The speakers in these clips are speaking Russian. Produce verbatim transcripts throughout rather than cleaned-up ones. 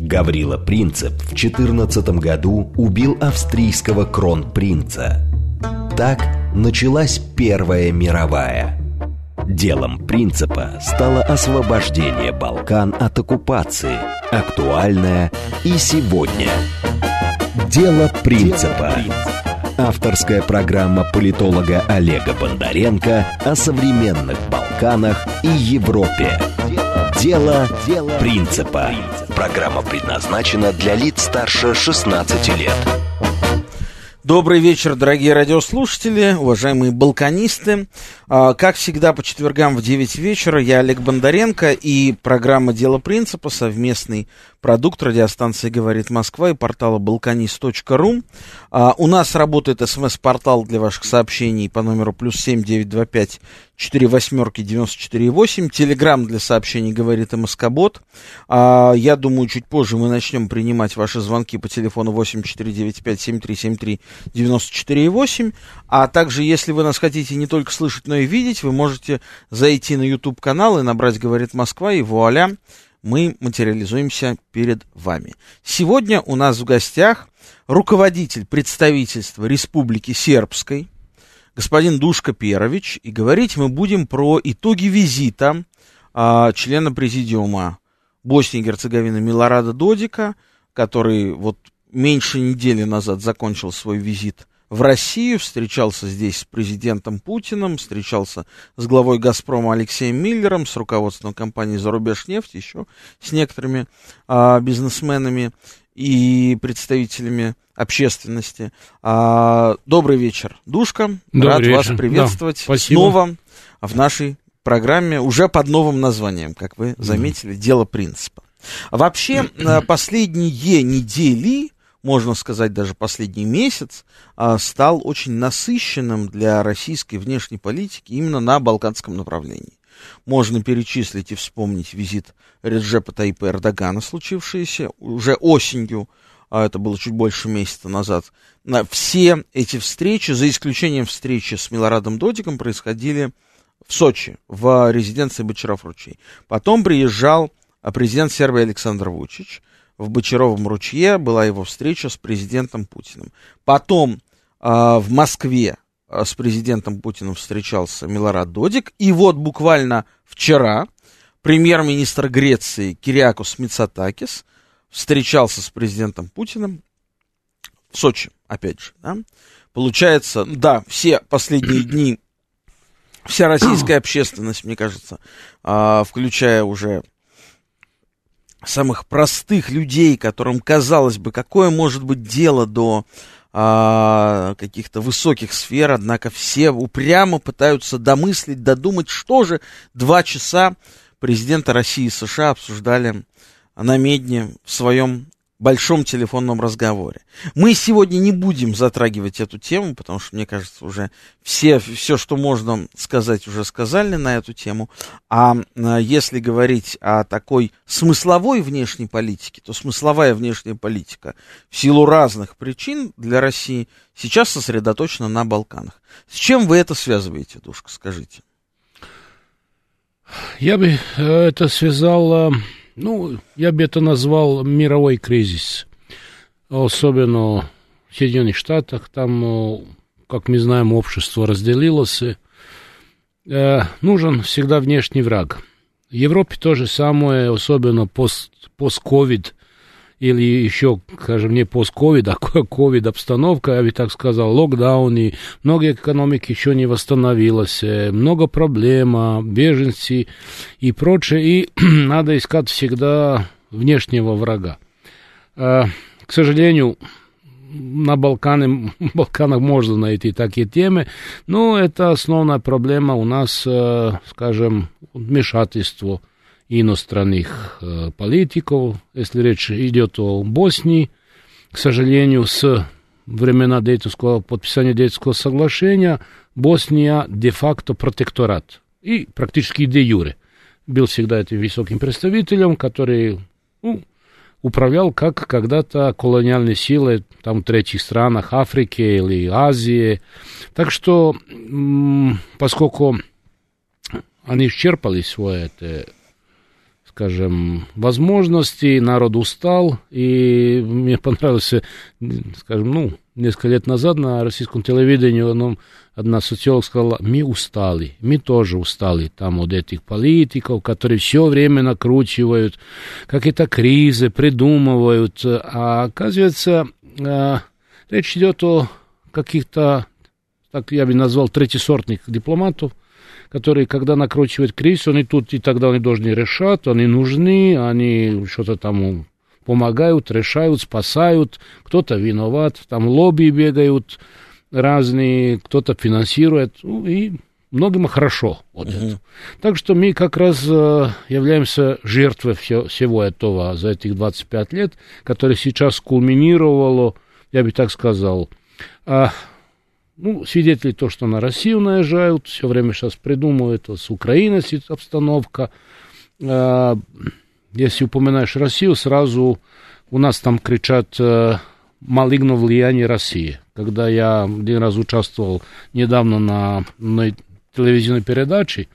Гаврила Принцип в четырнадцатом году убил австрийского кронпринца. Так началась Первая мировая. Делом Принципа стало освобождение Балкан от оккупации, актуальное и сегодня. Дело Принципа. Авторская программа политолога Олега Бондаренко о современных Балканах и Европе. Дело Принципа. Программа предназначена для лиц старше шестнадцати лет. Добрый вечер, дорогие радиослушатели, уважаемые балканисты. Как всегда, по четвергам в девять вечера я, Олег Бондаренко, и программа «Дело Принципа», совместный продукт радиостанции «Говорит Москва» и портала балканист точка ру. У нас работает смс-портал для ваших сообщений по номеру плюс семь девятьсот двадцать пять четыре восьмерки девяносто четыре восемь. Телеграм для сообщений «Говорит МСК-бот». Я думаю, чуть позже мы начнем принимать ваши звонки по телефону восемь четыре девять пять семь три семь три девяносто четыре восемь. А также, если вы нас хотите не только слышать, но и видеть, вы можете зайти на YouTube-канал и набрать «Говорит Москва», и вуаля, мы материализуемся перед вами. Сегодня у нас в гостях руководитель представительства Республики Сербской, господин Душко Перович, и говорить мы будем про итоги визита а, члена президиума Боснии и Герцеговины Милорада Додика, который вот меньше недели назад закончил свой визит в Россию, встречался здесь с президентом Путиным, встречался с главой «Газпрома» Алексеем Миллером, с руководством компании «Зарубежнефть», еще с некоторыми а, бизнесменами и представителями общественности. А, добрый вечер, Душка. Добрый Рад вечер. вас приветствовать Да, снова в нашей программе, уже под новым названием, как вы заметили, mm. «Дело Принципа». Вообще, последние недели, можно сказать, даже последний месяц, стал очень насыщенным для российской внешней политики именно на балканском направлении. Можно перечислить и вспомнить визит Реджепа Тайипа Эрдогана, случившийся уже осенью, а это было чуть больше месяца назад. Все эти встречи, за исключением встречи с Милорадом Додиком, происходили в Сочи, в резиденции Бочаров-Ручей. Потом приезжал президент Сербии Александр Вучич. В Бочаровом ручье была его встреча с президентом Путиным. Потом э, в Москве э, с президентом Путиным встречался Милорад Додик. И вот буквально вчера премьер-министр Греции Кириакос Мицотакис встречался с президентом Путиным в Сочи, опять же. Да? Получается, да, все последние дни, вся российская общественность, мне кажется, э, включая уже самых простых людей, которым, казалось бы, какое может быть дело до а, каких-то высоких сфер, однако все упрямо пытаются домыслить, додумать, что же два часа президента России и США обсуждали на Медне в своем большом телефонном разговоре. Мы сегодня не будем затрагивать эту тему, потому что, мне кажется, уже все, все, что можно сказать, уже сказали на эту тему. А если говорить о такой смысловой внешней политике, то смысловая внешняя политика в силу разных причин для России сейчас сосредоточена на Балканах. С чем вы это связываете, Душка, скажите? Я бы это связал... Ну, я бы это назвал мировой кризис, особенно в Соединенных Штатах, там, как мы знаем, общество разделилось, э, нужен всегда внешний враг. В Европе то же самое, особенно пост, пост-ковид, или еще, скажем, не пост-ковид, а ковид-обстановка, я бы так сказал, локдаун, и многие экономики еще не восстановились, много проблем, беженцы и прочее, и надо искать всегда внешнего врага. К сожалению, на Балканы, Балканах можно найти такие темы, но это основная проблема у нас, скажем, вмешательство иностранных э, политиков. Если речь идет о Боснии, к сожалению, с времена Дейтонского, подписания Дейтонского соглашения, Босния де-факто протекторат и практически де-юре. Был всегда этим высоким представителем, который ну, управлял как когда-то колониальные силы там, в третьих странах Африки или Азии. Так что, м- поскольку они исчерпали свое это, скажем, возможностей, народ устал, и мне понравилось, скажем, ну, несколько лет назад на российском телевидении ну, одна социолог сказала, мы устали, мы тоже устали там от этих политиков, которые все время накручивают, какие-то кризы придумывают, а оказывается, речь идет о каких-то, так я бы назвал, третьесортных дипломатов, которые, когда накручивают кризис, они тут и тогда они должны решать, они нужны, они что-то там помогают, решают, спасают, кто-то виноват, там лобби бегают разные, кто-то финансирует, ну, и многим хорошо вот uh-huh. это. Так что мы как раз э, являемся жертвой все, всего этого за этих двадцать пять лет, которое сейчас кульминировало, я бы так сказал, а, ну, свидетели то, что на Россию наезжают, все время сейчас придумывают, с Украиной обстановка. А, если упоминаешь Россию, сразу у нас там кричат «малигно влияние России». Когда я один раз участвовал недавно на, на телевизионной передаче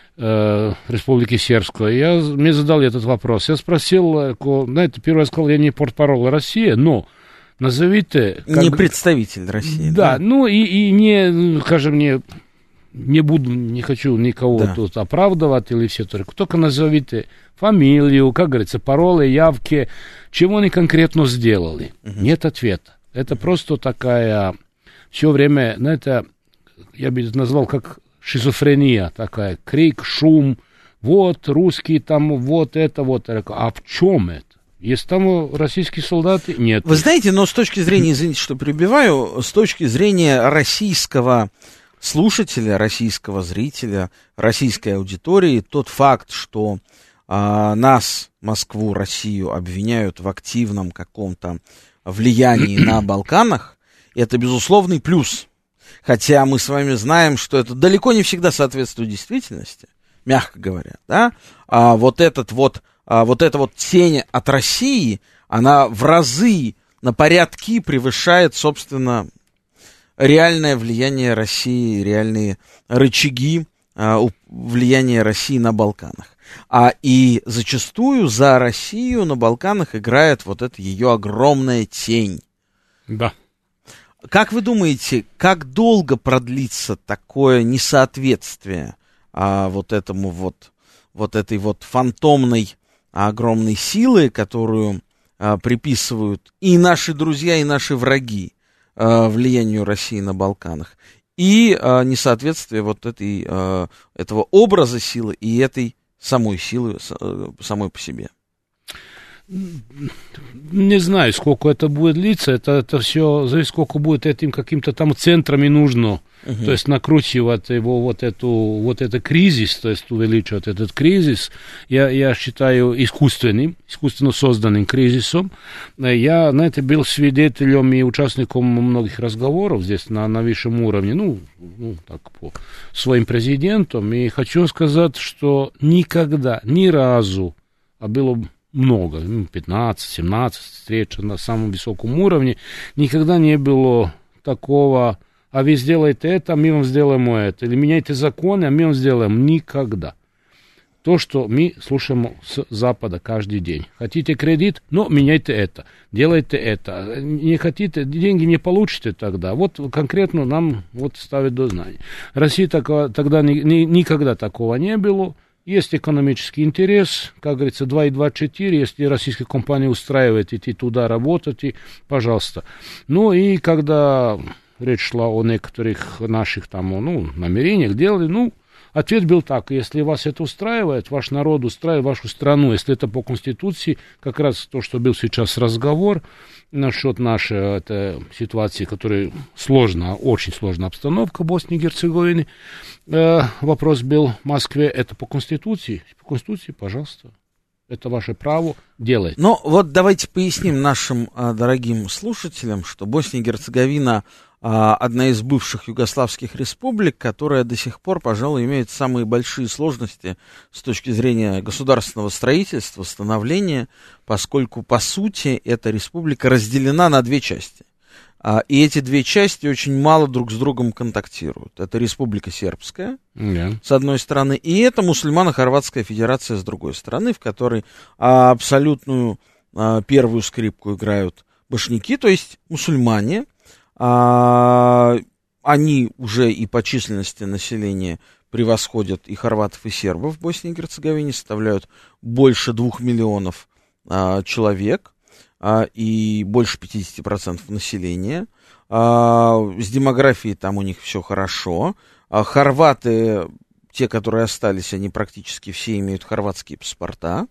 э, Республики Сербской, я, мне задали этот вопрос. Я спросил, знаете, первый раз сказал, я не портпарол России, но назовите... Как... Не представитель России. Да, да? ну и, и не, скажем, не, не буду, не хочу никого да. тут оправдывать или все, только назовите фамилию, как говорится, пароли, явки, чего они конкретно сделали. Угу. Нет ответа. Это угу. просто такая, все время, ну это, я бы назвал как шизофрения такая, крик, шум, вот русские там, вот это, вот это. А в чем это? Есть там российские солдаты? Нет. Вы знаете, но с точки зрения, извините, что перебиваю, с точки зрения российского слушателя, российского зрителя, российской аудитории, тот факт, что а, нас, Москву, Россию обвиняют в активном каком-то влиянии на Балканах, это безусловный плюс. Хотя мы с вами знаем, что это далеко не всегда соответствует действительности, мягко говоря, да? А вот этот вот А вот эта вот тень от России, она в разы, на порядки превышает, собственно, реальное влияние России, реальные рычаги а, влияния России на Балканах. А и зачастую за Россию на Балканах играет вот эта ее огромная тень. Да. Как вы думаете, как долго продлится такое несоответствие а, вот этому вот, вот этой вот фантомной огромной силы, которую а, приписывают и наши друзья, и наши враги а, влиянию России на Балканах, и а, несоответствие вот этой, а, этого образа силы и этой самой силы, самой по себе? Не знаю, сколько это будет длиться, это, это все зависит, сколько будет этим каким-то там центрами нужно, uh-huh. то есть накручивать его вот эту, вот этот кризис, то есть увеличивать этот кризис, я, я считаю искусственным, искусственно созданным кризисом. Я, знаете, был свидетелем и участником многих разговоров здесь на, на высшем уровне, ну, ну, так, по своим президентам, и хочу сказать, что никогда, ни разу, а было много, пятнадцать-семнадцать встреч на самом высоком уровне, никогда не было такого, а вы сделаете это, а мы вам сделаем это, или меняйте законы, а мы вам сделаем. Никогда. То, что мы слушаем с Запада каждый день. Хотите кредит? Ну, меняйте это, делайте это. Не хотите, деньги не получите тогда. Вот конкретно нам вот ставят до знания. России такого, тогда ни, ни, никогда такого не было. Есть экономический интерес, как говорится, два и два четыре, если российская компания устраивает идти туда работать, и, пожалуйста. Ну и когда речь шла о некоторых наших там, ну, намерениях, делали, ну, ответ был так: если вас это устраивает, ваш народ устраивает вашу страну, если это по Конституции, как раз то, что был сейчас разговор насчет нашей это, ситуации, которая сложная, очень сложная обстановка в Боснии и Герцеговине, э, вопрос был в Москве, это по Конституции? По Конституции, пожалуйста. Это ваше право, делать. Ну, вот давайте поясним нашим а, дорогим слушателям, что Босния и Герцеговина а, одна из бывших югославских республик, которая до сих пор, пожалуй, имеет самые большие сложности с точки зрения государственного строительства, становления, поскольку, по сути, эта республика разделена на две части. И эти две части очень мало друг с другом контактируют. Это Республика Сербская, yeah. с одной стороны, и это Мусульмано-Хорватская Федерация с другой стороны, в которой абсолютную первую скрипку играют башняки, то есть мусульмане. Они уже и по численности населения превосходят и хорватов, и сербов в Боснии и Герцеговине, составляют больше двух миллионов человек. И больше пятьдесят процентов населения. С демографией там у них все хорошо. Хорваты, те, которые остались, они практически все имеют хорватские паспорта.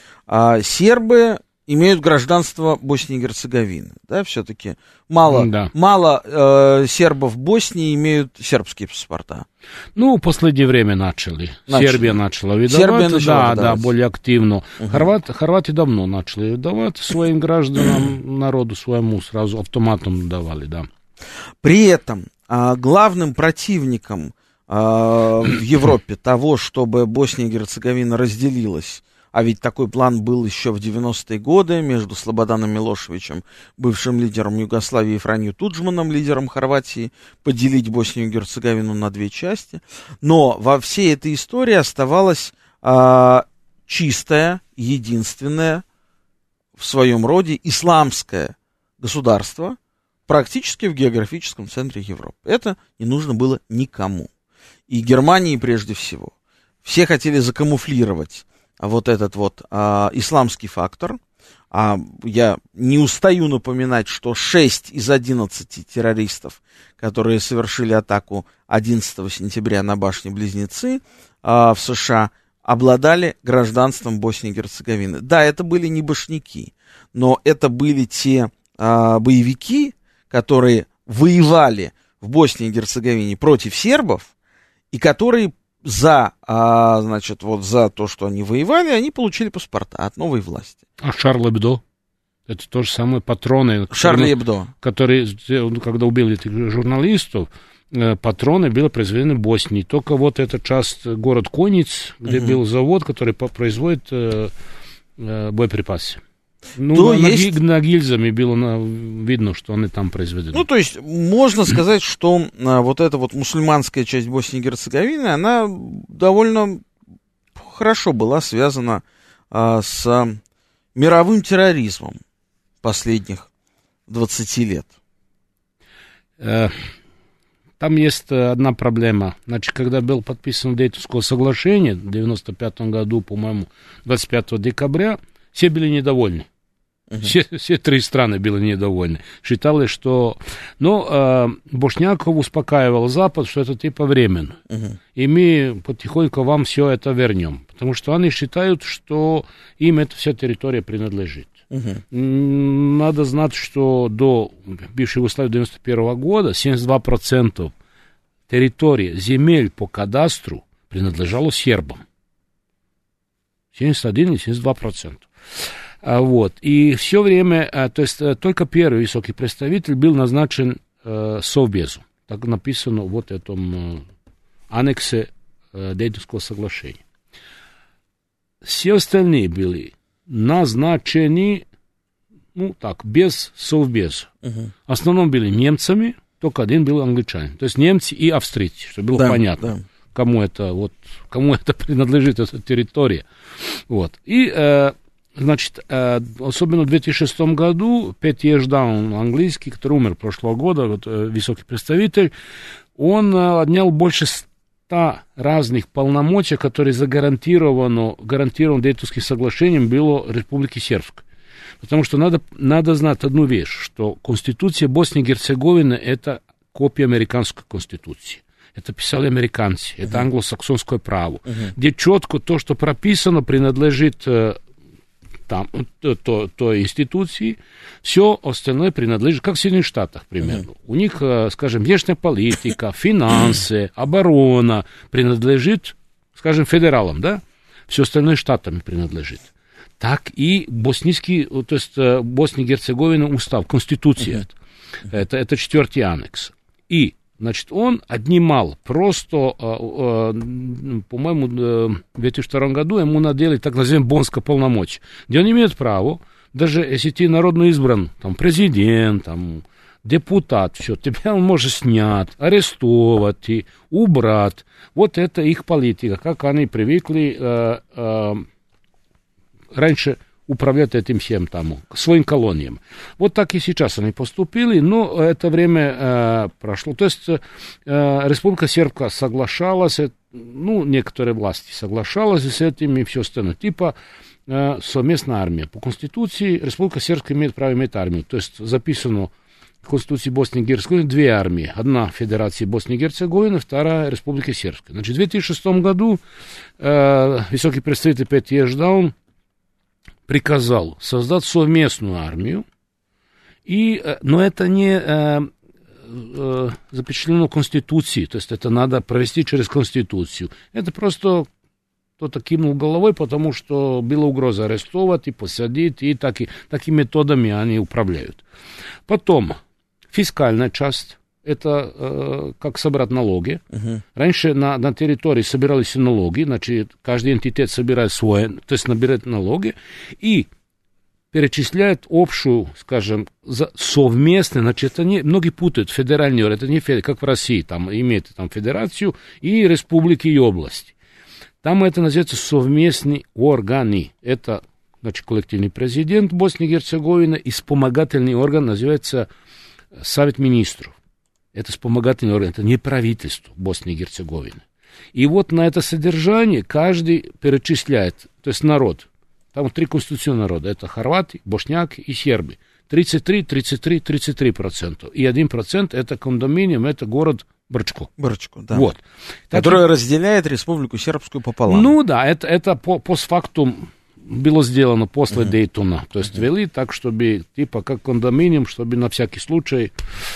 Сербы имеют гражданство Боснии и Герцеговины. Да, все-таки мало, да. мало э, сербов в Боснии имеют сербские паспорта. Ну, в последнее время начали. начали. Сербия начала выдавать. Сербия начала да, выдавать. Да, более активно. Угу. Хорват, хорваты давно начали выдавать своим гражданам, народу своему сразу автоматом давали, да. При этом а, главным противником а, в Европе того, чтобы Босния и Герцеговина разделилась, а ведь такой план был еще в девяностые годы между Слободаном Милошевичем, бывшим лидером Югославии, и Франью Туджманом, лидером Хорватии, поделить Боснию и Герцеговину на две части. Но во всей этой истории оставалась а, чистая, единственная в своем роде исламское государство, практически в географическом центре Европы. Это не нужно было никому. И Германии прежде всего. Все хотели закамуфлировать вот этот вот а, исламский фактор. А я не устаю напоминать, что шесть из одиннадцати террористов, которые совершили атаку одиннадцатого сентября на башни-близнецы а, в США, обладали гражданством Боснии и Герцеговины. Да, это были не башняки, но это были те а, боевики, которые воевали в Боснии и Герцеговине против сербов, и которые за, а, значит, вот за то, что они воевали, они получили паспорта от новой власти. А Шарль Эбдо? Это то же самое патроны. Шарль Эбдо. Которые, когда убили этих журналистов, патроны были произведены в Боснии. Только вот эта часть, город Кониц, где угу. был завод, который производит э, э, боеприпасы. Ну, то на, есть... на гильзами было на, видно, что они там произведены. Ну, то есть, можно сказать, что а, вот эта вот мусульманская часть Боснии и Герцеговины, она довольно хорошо была связана а, с мировым терроризмом последних двадцати лет. Там есть одна проблема. Значит, когда было подписано Дейтонское соглашение в девяносто пятом году, по-моему, двадцать пятого декабря, все были недовольны. Uh-huh. Все, все три страны были недовольны. Считали, что... Но э, Бошняков успокаивал Запад, что это типа временно. Uh-huh. И мы потихоньку вам все это вернем. Потому что они считают, что им эта вся территория принадлежит. Uh-huh. Надо знать, что до бывшей Югославии девяносто первого года семьдесят два процента территории земель по кадастру принадлежало сербам. семьдесят один и семьдесят два процента. Вот. И все время, то есть только первый высокий представитель был назначен э, Совбезу. Так написано в вот этом э, аннексе э, Дейтонского соглашения. Все остальные были назначены, ну так, без Совбеза. Uh-huh. В основном были немцами, только один был англичанин. То есть немцы и австрийцы, чтобы было да, понятно. Да. Кому это, вот, кому это принадлежит, эта территория. Вот. И, э, значит, э, особенно в две тысячи шестом году Петти Эшдаун, английский, который умер прошлого года, вот, э, высокий представитель, он э, отнял больше ста разных полномочий, которые загарантированы, гарантированы Дейтонским соглашением было Республике Сербской. Потому что надо, надо знать одну вещь, что Конституция Боснии и Герцеговины – это копия американской Конституции. Это писали американцы, uh-huh. это англосаксонское право, uh-huh. где четко то, что прописано, принадлежит э, там, то, то, той институции, все остальное принадлежит, как в Соединенных Штатах примерно. Uh-huh. У них, э, скажем, внешняя политика, финансы, оборона принадлежит, скажем, федералам, да? Все остальное штатами принадлежит. Так и боснийский, то есть э, Босния и Герцеговина устав, конституция, uh-huh. это, это четвертый аннекс. И значит, он отнимал просто, э, э, по-моему, в две тысячи втором году ему надели так называемое бонское полномочие, где он имеет право, даже если ты народно избран, там, президент, там, депутат, все, тебя он может снять, арестовать, и убрать. Вот это их политика, как они привыкли э, э, раньше управлять этим всем там, своим колониям. Вот так и сейчас они поступили, но это время э, прошло. То есть э, Республика Сербская соглашалась, ну, некоторые власти соглашалась с этим и все остальное. Типа э, совместная армия. По Конституции Республика Сербская имеет право иметь армию. То есть записано в Конституции Боснии и Герцеговины две армии. Одна Федерации Боснии и Герцеговины, вторая Республика Сербская. Значит, в две тысячи шестом году э, высокий представитель Петр Еждаун приказал создать совместную армию, и, но это не э, э, запечатлено в Конституции, то есть это надо провести через Конституцию. Это просто кто-то кинул головой, потому что была угроза арестовать и посадить, и таки, такими методами они управляют. Потом фискальная часть. Это э, как собрать налоги. Uh-huh. Раньше на, на территории собирались налоги, значит, каждый энтитет собирает свой, то есть набирает налоги и перечисляет общую, скажем, за, совместно, значит, это не, многие путают федеральный орган, это не федеральный, как в России, там имеет там федерацию и республики и области. Там это называется совместные органы. Это, значит, коллективный президент Боснии и Герцеговины, и вспомогательный орган называется Совет министров. Это вспомогательный орган, это не правительство Боснии и Герцеговины. И вот на это содержание каждый перечисляет, то есть народ, там три конституционных народа, это хорваты, бошняки и сербы. тридцать три, тридцать три, тридцать три процента. И один процент это кондоминиум, это город Брчко. Брчко, да. Вот. Который так, разделяет Республику Сербскую пополам. Ну да, это, это по, постфактум было сделано после uh-huh. Дейтона. То есть uh-huh. ввели так, чтобы, типа, как кондоминиум, чтобы на всякий случай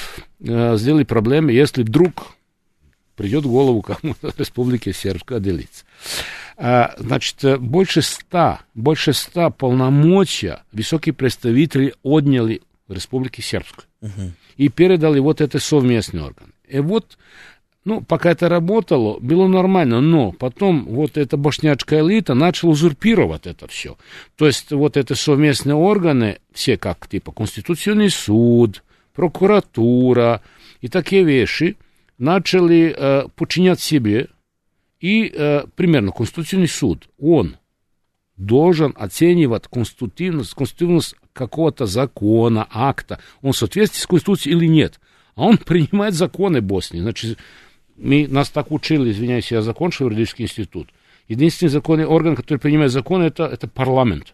э, сделали проблемы, если вдруг придет в голову кому-то Республике Сербской отделиться. А, значит, больше ста, больше ста полномочия высокие представители отняли в Республике Сербской. Uh-huh. И передали вот это совместный орган. И вот, ну, пока это работало, было нормально, но потом вот эта бошнячская элита начала узурпировать это все. То есть вот эти совместные органы, все как типа Конституционный суд, прокуратура и такие вещи, начали э, подчинять себе. И э, примерно Конституционный суд, он должен оценивать конституционность, конституционность какого-то закона, акта, он в соответствии с Конституцией или нет. А он принимает законы Боснии. Значит, мы, нас так учили, извиняюсь, я закончил юридический институт. Единственный законный орган, который принимает законы, это, это парламент.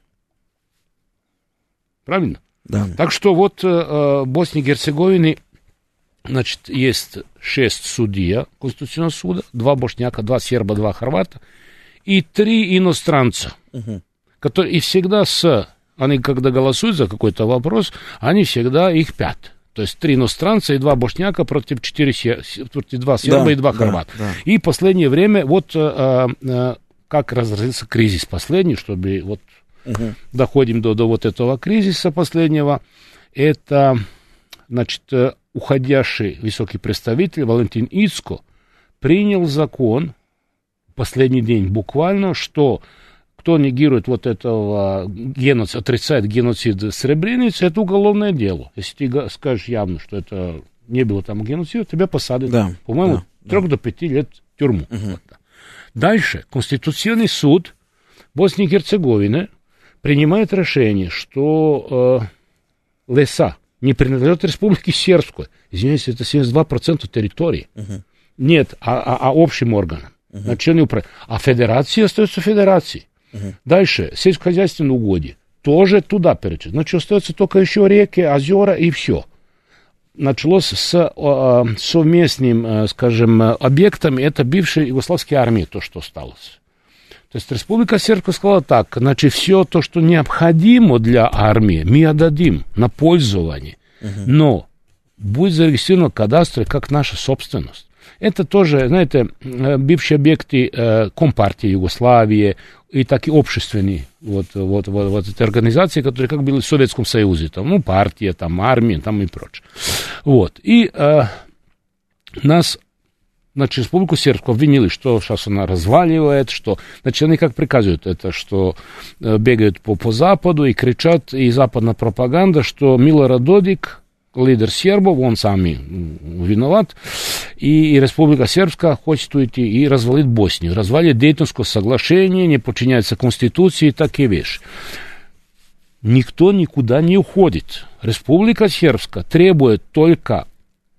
Правильно? Да. Так что вот э, в Боснии и Герцеговине, значит, есть шесть судья Конституционного суда, два бошняка, два серба, два хорвата и три иностранца, uh-huh. которые и всегда с... Они, когда голосуют за какой-то вопрос, они всегда их пять. То есть три иностранца и два бошняка против четыре, против два серба да, и два хорвата. Да, да. И в последнее время, вот а, а, как разразился кризис последний, чтобы вот угу. доходим до, до вот этого кризиса последнего, это, значит, уходящий высокий представитель Валентин Ицко принял закон в последний день буквально, что кто негирует вот этого геноцида, отрицает геноцид Сребреницы, это уголовное дело. Если ты скажешь явно, что это не было там геноцида, тебя посадят, да, по-моему, да, трех да. до пяти лет в тюрьму. Угу. Вот. Дальше Конституционный суд Боснии и Герцеговины принимает решение, что э, леса не принадлежат Республике Сербской. Извините, это семьдесят два процента территории. Угу. Нет, а, а, а общим органам. Угу. Начальный управление. А федерации остаются федерацией. Uh-huh. Дальше, сельскохозяйственные угодья, тоже туда перечислить. Значит, остается только еще реки, озера и все. Началось с э, совместным, э, скажем, объектами, это бывшей югославской армии, то, что осталось. То есть Республика Сербская сказала так, значит, все то, что необходимо для армии, мы отдадим на пользование, uh-huh. но будет зарегистрировано в кадастре как наша собственность. Это тоже, знаете, бывшие объекты э, Компартии Югославии и так и общественные вот, вот, вот, вот эти организации, которые как были в Советском Союзе, там, ну, партия, там, армия, там и прочее. Вот. И э, нас, значит, Республику Сербскую обвинили, что сейчас она разваливает, что, значит, они как приказывают это, что э, бегают по, по Западу и кричат, и западная пропаганда, что Милорад Додик, лидер сербов, он сам виноват, и, и Республика Сербская хочет уйти и развалить Боснию, развалить Дейтонское соглашение, не подчиняется Конституции, такие вещи. Никто никуда не уходит. Республика Сербская требует только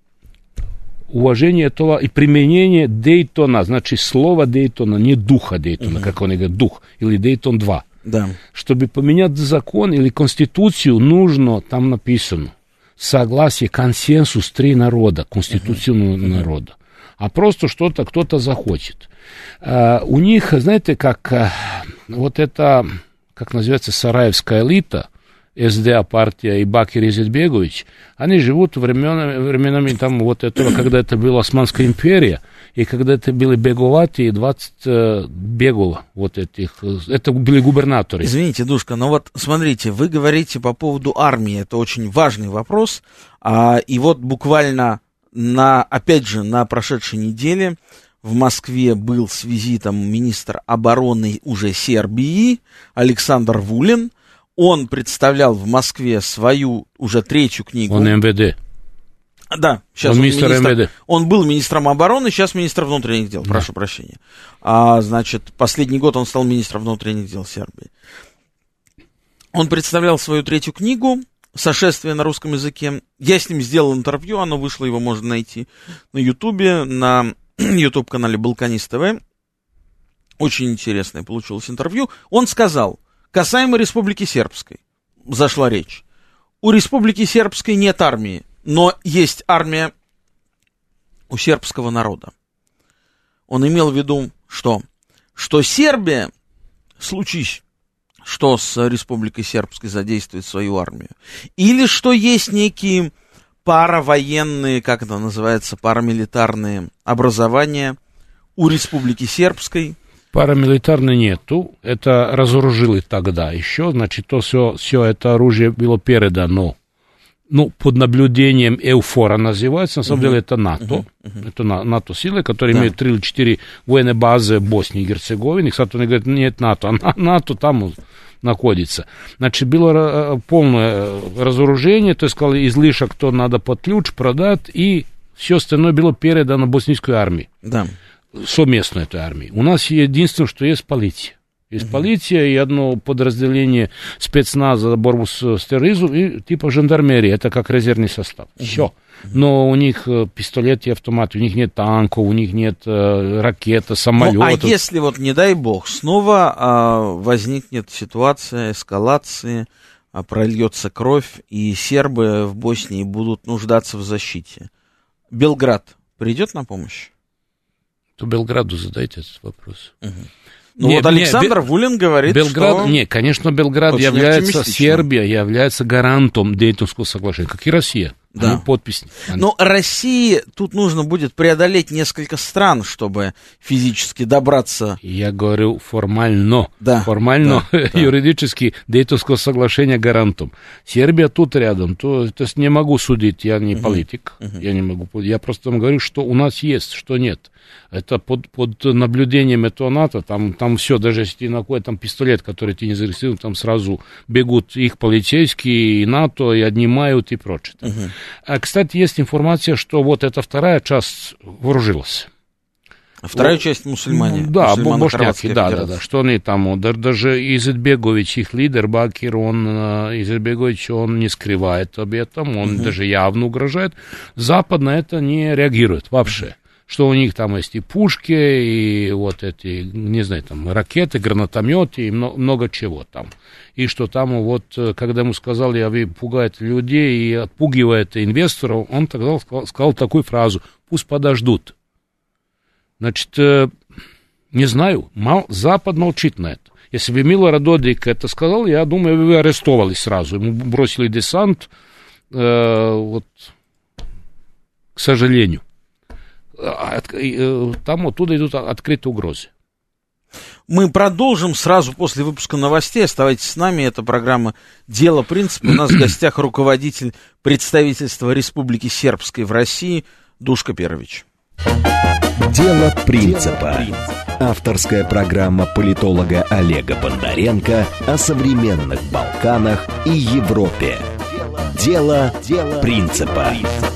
уважения этого и применения Дейтона, значит, слова Дейтона, не духа Дейтона, uh-huh. как они говорят, дух, или Дейтон два. Да. Чтобы поменять закон или Конституцию, нужно, там написано, согласие, консенсус три народа, конституционного uh-huh. народа. А просто что-то кто-то захочет. А, у них, знаете, как а, вот это, как называется, сараевская элита, эс дэ а партия и Бакир Изетбегович, они живут временами, временами там вот этого, когда это была Османская империя, и когда это были беговати и двадцать э, бегов вот этих, это были губернаторы. Извините, Душка, но вот смотрите, вы говорите по поводу армии, это очень важный вопрос, а, и вот буквально на, опять же, на прошедшей неделе в Москве был с визитом министр обороны уже Сербии Александр Вулин. Он представлял в Москве свою уже третью книгу. Он эм вэ дэ. Да, сейчас он, он министр министр, эм вэ дэ. Он был министром обороны, сейчас министр внутренних дел, да. Прошу прощения. А, значит, последний год он стал министром внутренних дел Сербии. Он представлял свою третью книгу «Сошествие на русском языке». Я с ним сделал интервью, оно вышло, его можно найти на Ютубе, на YouTube-канале Балканист ТВ. Очень интересное получилось интервью. Он сказал, касаемо Республики Сербской, зашла речь. У Республики Сербской нет армии, но есть армия у сербского народа. Он имел в виду, что, что Сербия, случись, что с Республикой Сербской задействует свою армию, или что есть некие паравоенные, как это называется, парамилитарные образования у Республики Сербской. Парамилитарно нету, это разоружили тогда еще, значит, то все, все это оружие было передано, ну, под наблюдением Эуфора называется, на самом uh-huh. деле это НАТО, uh-huh. Uh-huh. это НАТО-силы, которые да. имеют три или четыре военные базы в Боснии и Герцеговине, кстати, они говорят, нет НАТО, а НАТО там находится. Значит, было полное разоружение, то есть, сказали, излишек, то надо под ключ продать, и все остальное было передано боснийской армии. Да. Совместно этой армии. У нас единственное, что есть полиция. Есть uh-huh. полиция и одно подразделение спецназа за борьбу с, с терроризмом и типа жандармерии. Это как резервный состав. Uh-huh. Все. Но у них пистолеты и автоматы, у них нет танков, у них нет э, ракет, самолетов. Ну, а если вот, не дай бог, снова э, возникнет ситуация эскалации, э, прольется кровь, и сербы в Боснии будут нуждаться в защите, Белград придет на помощь? То Белграду задайте этот вопрос. Угу. Ну не, вот Александр не, Вулин говорит, Белград, что... Не, конечно, Белград является, Сербия является гарантом Дейтонского соглашения, как и Россия. Да. Они подписаны. Но России тут нужно будет преодолеть несколько стран, чтобы физически добраться... Я говорю формально. Да. Формально, да, да. юридически Дейтонского соглашения гарантом. Сербия тут рядом, то, то есть не могу судить, я не uh-huh. политик, uh-huh. я не могу, я просто вам говорю, что у нас есть, что нет. Это под, под наблюдением этого НАТО, там, там все, даже если находят там пистолет, который ты не зарегистрировал, там сразу бегут их полицейские, и НАТО, и отнимают, и прочее. Uh-huh. А, кстати, есть информация, что вот эта вторая часть вооружилась. А вторая вот, часть мусульмане? Да, бошняки, да, да, да, что они там, даже Изетбегович, их лидер, Бакир, он, Изетбегович, он не скрывает об этом, он uh-huh. даже явно угрожает. Запад на это не реагирует вообще. Uh-huh. Что у них там есть и пушки, и вот эти, не знаю, там, ракеты, гранатометы, и много, много чего там. И что там вот, когда ему сказали, а вы пугаете людей и отпугиваете инвесторов, он тогда сказал, сказал такую фразу, пусть подождут. Значит, не знаю, мал, Запад молчит на это. Если бы Милорад Додик это сказал, я думаю, вы арестовали сразу. Ему бросили десант, э, вот, к сожалению. Там оттуда идут открытые угрозы. Мы продолжим сразу после выпуска новостей. Оставайтесь с нами. Это программа «Дело принципа». У нас в гостях руководитель представительства Республики Сербской в России Душка Перович. «Дело принципа». Авторская программа политолога Олега Бондаренко о современных Балканах и Европе. Дело, дело принципа.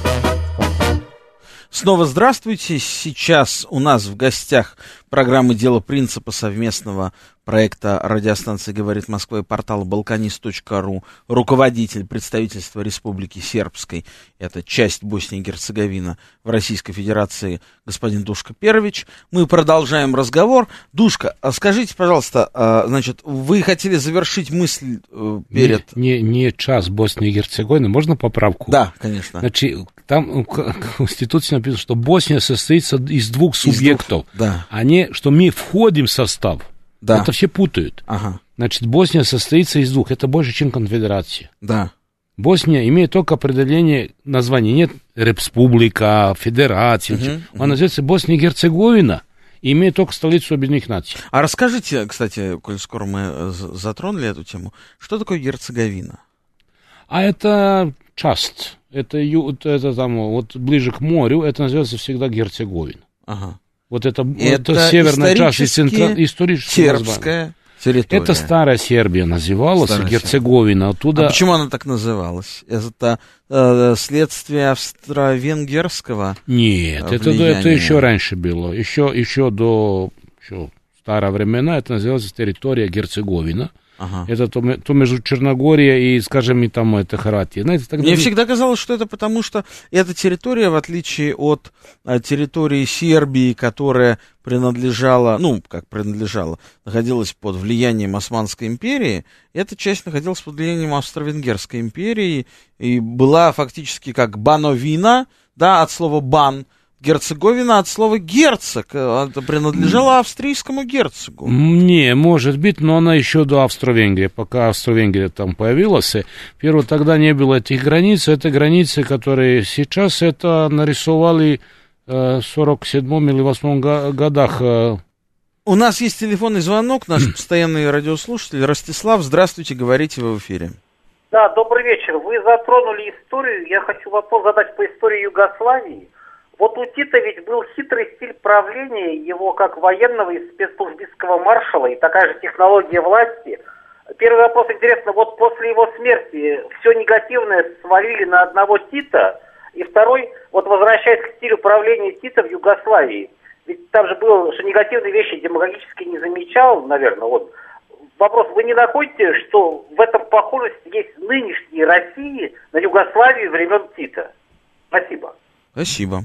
Снова здравствуйте. Сейчас у нас в гостях программы «Дело принципа» совместного проекта радиостанции «Говорит Москва» и портала балканист точка ру, руководитель представительства Республики Сербской, это часть Боснии и Герцеговина в Российской Федерации, господин Душка Перович. Мы продолжаем разговор. Душка, скажите, пожалуйста, значит, вы хотели завершить мысль перед... Не, не, не час Боснии и Герцеговины, можно поправку? Да, конечно. Значит, там в Конституции написано, что Босния состоит из двух субъектов, из двух, да. а не, что мы входим в состав. Да. Это все путают. Ага. Значит, Босния состоит из двух. Это больше, чем конфедерация. Да. Босния имеет только определение названия. Нет республика, федерация. Угу, Она угу. называется Босния и Герцеговина. И имеет только столицу Объединенных Наций. А расскажите, кстати, коль скоро мы затронули эту тему, что такое Герцеговина? А это часть. Это, это там, вот ближе к морю, это называется всегда Герцеговина. Ага. Вот это, это это северная часть и центральная, историческая сербская территория. Это старая Сербия называлась, старая Герцеговина. Оттуда... А почему она так называлась? Это э, следствие австро-венгерского Нет, это, это еще раньше было. Еще, еще до еще старого времена это называлась территория Герцеговина. Ага. Это то, то между Черногорией и, скажем, и там это Хорватия. Знаете, тогда... Мне всегда казалось, что это потому, что эта территория, в отличие от а, территории Сербии, которая принадлежала, ну, как принадлежала, находилась под влиянием Османской империи, эта часть находилась под влиянием Австро-Венгерской империи и была фактически как бановина, да, от слова бан. Герцеговина от слова герцог, это принадлежало австрийскому герцогу. Не, может быть, но она еще до Австро-Венгрии, пока Австро-Венгрия там появилась. Первого тогда не было этих границ, это границы, которые сейчас это нарисовали в сорок седьмом или восьмом годах. У нас есть телефонный звонок, наш постоянный радиослушатель Ростислав, здравствуйте, говорите вы в эфире. Да, добрый вечер, вы затронули историю, я хочу вопрос задать по истории Югославии. Вот у Тита ведь был хитрый стиль правления, его как военного и спецслужбистского маршала, и такая же технология власти. Первый вопрос интересно, вот после его смерти все негативное свалили на одного Тита, и второй, вот возвращаясь к стилю правления Тита в Югославии, ведь там же было, что негативные вещи демагогически не замечал, наверное, вот. Вопрос, вы не находите, что в этом похожесть есть нынешней России на Югославию времен Тита? Спасибо. Спасибо.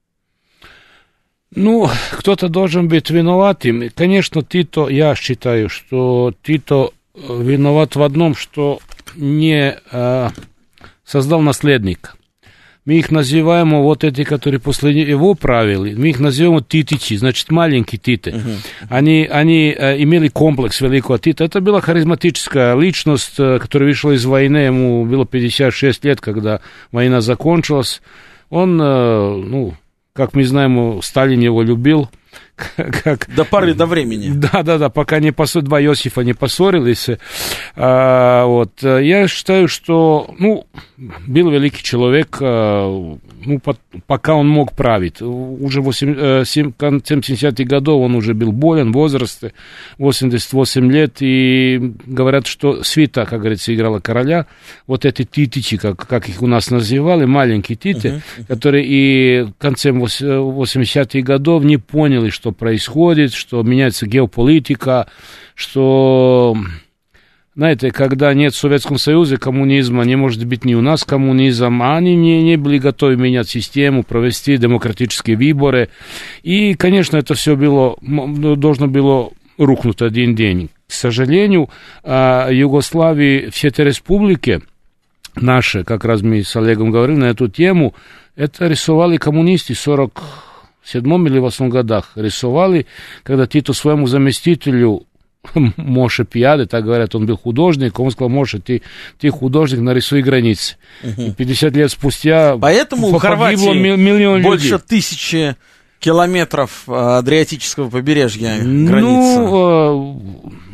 Ну, кто-то должен быть виноватым. Конечно, Тито, я считаю, что Тито виноват в одном, что не э, создал наследника. Мы их называем, вот эти, которые после его правили, мы их называем титичи, значит, маленькие Титы. Uh-huh. Они, они э, имели комплекс великого Тита. Это была харизматическая личность, э, которая вышла из войны, ему было пятьдесят шесть лет, когда война закончилась. Он, э, ну... Как мы знаем, Сталин его любил. Как... До поры до времени. Да, да, да, пока не посо... два Иосифа не поссорились. А, вот. Я считаю, что, ну, был великий человек, ну, по... пока он мог править. Уже в семидесятых годов он уже был болен в возрасте, восемьдесят восемь лет, и говорят, что свита, как говорится, играла короля. Вот эти титичи, как, как их у нас называли, маленькие титы, uh-huh, uh-huh. которые и в конце восьмидесятых годов не поняли, что происходит, что меняется геополитика, что, знаете, когда нет в Советском Союзе коммунизма, не может быть ни у нас коммунизм, а они не, не были готовы менять систему, провести демократические выборы. И, конечно, это все было, должно было рухнуть один день. К сожалению, в Югославии все эти республики, наши, как раз мы с Олегом говорили на эту тему, это рисовали коммунисты в сорок седьмом или восьмом годах. Рисовали, когда Тито своему заместителю Моше Пьяде, так говорят, он был художник, он сказал: Моше, ты, ты художник, нарисуй границы. Uh-huh. пятьдесят лет спустя поэтому у Хорватии миллион больше людей. тысячи километров Адриатического побережья границы. Ну,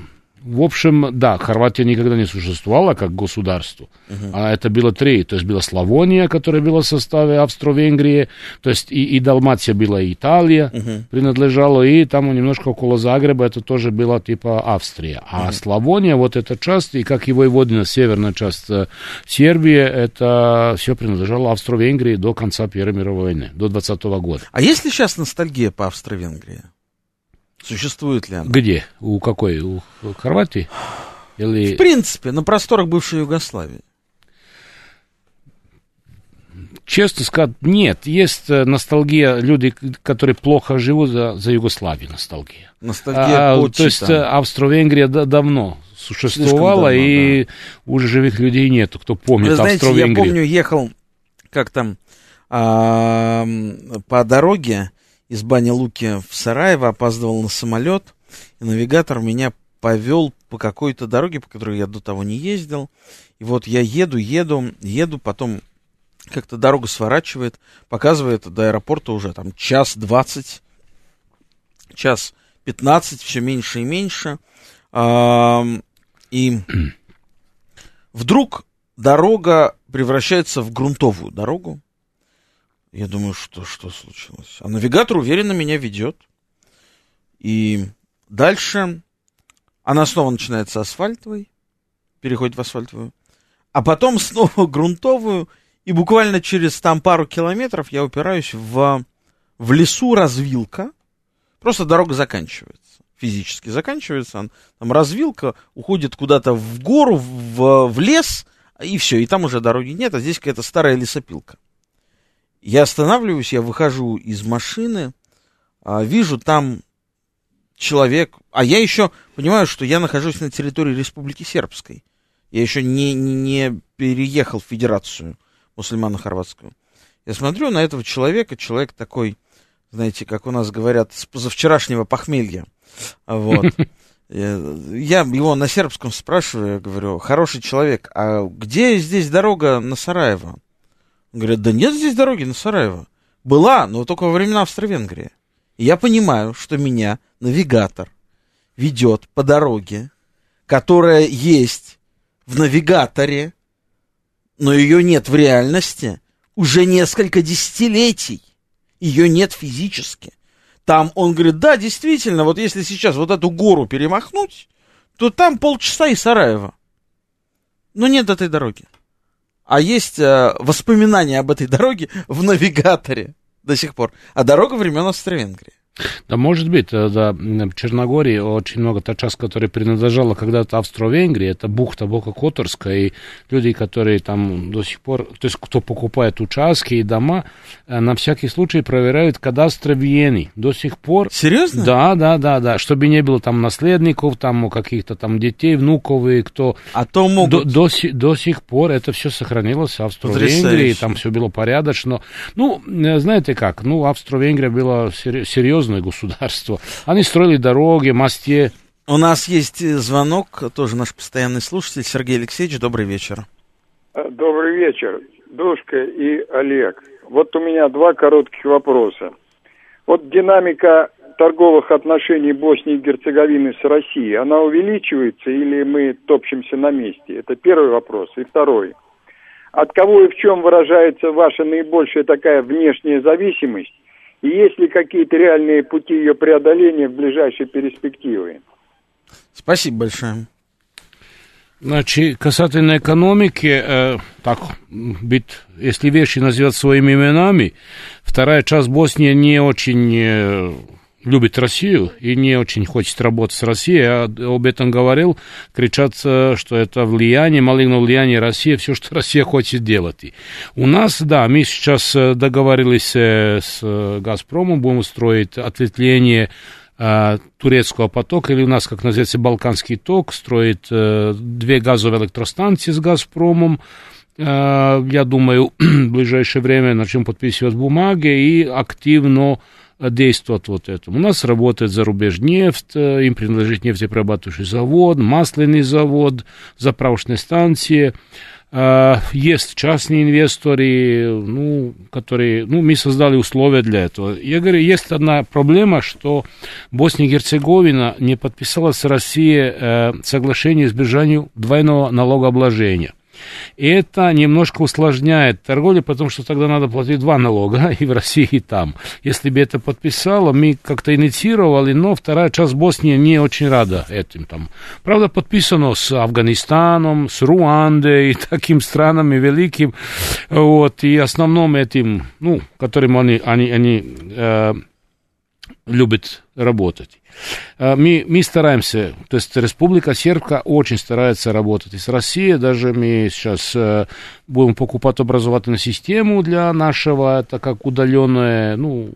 В общем, да, Хорватия никогда не существовала как государство, uh-huh. а это было три, то есть была Славония, которая была в составе Австро-Венгрии, то есть и, и Далмация была, и Италия uh-huh. принадлежала, и там немножко около Загреба это тоже была типа Австрия. А uh-huh. Славония, вот эта часть, и как и Войводина, северная часть Сербии, это все принадлежало Австро-Венгрии до конца Первой мировой войны, до двадцатого года. А есть ли сейчас ностальгия по Австро-Венгрии? Существует ли она? Где? У какой? У Хорватии? Или... В принципе, на просторах бывшей Югославии. Честно сказать, нет. Есть ностальгия, люди, которые плохо живут, за, за Югославию ностальгия. Ностальгия а, по То есть Австро-Венгрия да, давно существовала, давно, и да. уже живых людей нету, кто помнит Вы знаете, Австро-Венгрию. Я помню, ехал как там а, по дороге из Бани-Луки в Сараево, опаздывал на самолет, и навигатор меня повел по какой-то дороге, по которой я до того не ездил. И вот я еду, еду, еду, потом как-то дорога сворачивает, показывает до аэропорта уже там час двадцать, час пятнадцать, все меньше и меньше. И вдруг дорога превращается в грунтовую дорогу. Я думаю, что, что случилось? А навигатор уверенно меня ведет. И дальше она снова начинается асфальтовой, переходит в асфальтовую, а потом снова грунтовую, и буквально через там пару километров я упираюсь в, в лесу развилка. Просто дорога заканчивается, физически заканчивается. Там развилка уходит куда-то в гору, в, в лес, и все, и там уже дороги нет, а здесь какая-то старая лесопилка. Я останавливаюсь, я выхожу из машины, а, вижу там человек, а я еще понимаю, что я нахожусь на территории Республики Сербской. Я еще не, не, не переехал в Федерацию мусульмано-хорватскую. Я смотрю на этого человека, человек такой, знаете, как у нас говорят, с позавчерашнего похмелья. Вот. Я его на сербском спрашиваю, я говорю, хороший человек, а где здесь дорога на Сараево? Говорят, да нет здесь дороги на Сараево. Была, но только во времена Австро-Венгрии. И я понимаю, что меня навигатор ведет по дороге, которая есть в навигаторе, но ее нет в реальности уже несколько десятилетий. Ее нет физически. Там он говорит, да, действительно, вот если сейчас вот эту гору перемахнуть, то там полчаса и Сараево. Но нет этой дороги. А есть э, воспоминания об этой дороге в навигаторе до сих пор. А дорога времен Австро-Венгрии. Да, может быть, да, в Черногории очень много та часть, которая принадлежала когда-то Австро-Венгрии, это бухта Бока-Которская, и люди, которые там до сих пор, то есть кто покупает участки и дома, на всякий случай проверяют кадастр Вены. До сих пор... Серьезно? Да, да, да, да, чтобы не было там наследников, там каких-то там детей, внуков, и кто... А то могут... До, до, до сих пор это все сохранилось в Австро-Венгрии, там все было порядочно. Ну, знаете как, ну, Австро-Венгрия была серьезно государство. Они строили дороги, мосты. У нас есть звонок, тоже наш постоянный слушатель, Сергей Алексеевич, добрый вечер. Добрый вечер, Душка и Олег. Вот у меня два коротких вопроса. Вот динамика торговых отношений Боснии и Герцеговины с Россией, она увеличивается или мы топчемся на месте? Это первый вопрос. И второй. От кого и в чем выражается ваша наибольшая такая внешняя зависимость? И есть ли какие-то реальные пути ее преодоления в ближайшей перспективе? Спасибо большое. Значит, касательно экономики, э, так, быть, если вещи называть своими именами, вторая часть Боснии не очень э, любит Россию и не очень хочет работать с Россией. Я об этом говорил, кричат, что это влияние, маligное влияние России, все, что Россия хочет делать. И у нас, да, мы сейчас договорились с «Газпромом», будем строить ответвление э, турецкого потока, или у нас, как называется, Балканский ток, строит э, две газовые электростанции с «Газпромом». Э, я думаю, в ближайшее время начнем подписывать бумаги и активно действовать вот это. У нас работает зарубежная нефть, им принадлежит нефтеперерабатывающий завод, масляный завод, заправочные станции. Есть частные инвесторы, ну, которые, ну, мы создали условия для этого. Я говорю, есть одна проблема, что Босния и Герцеговина не подписала с Россией соглашение о избежанию двойного налогообложения. И это немножко усложняет торговлю, потому что тогда надо платить два налога, и в России, и там. Если бы это подписало, мы как-то инициировали, но вторая часть Боснии не очень рада этим. Там. Правда, подписано с Афганистаном, с Руандой, и такими странами великим, вот, и основным этим, ну, которым они, они, они э, любят работать. Мы, мы стараемся, то есть Республика Сербка очень старается работать. И с Россией даже мы сейчас э, будем покупать образовательную систему для нашего, это как удаленная, ну,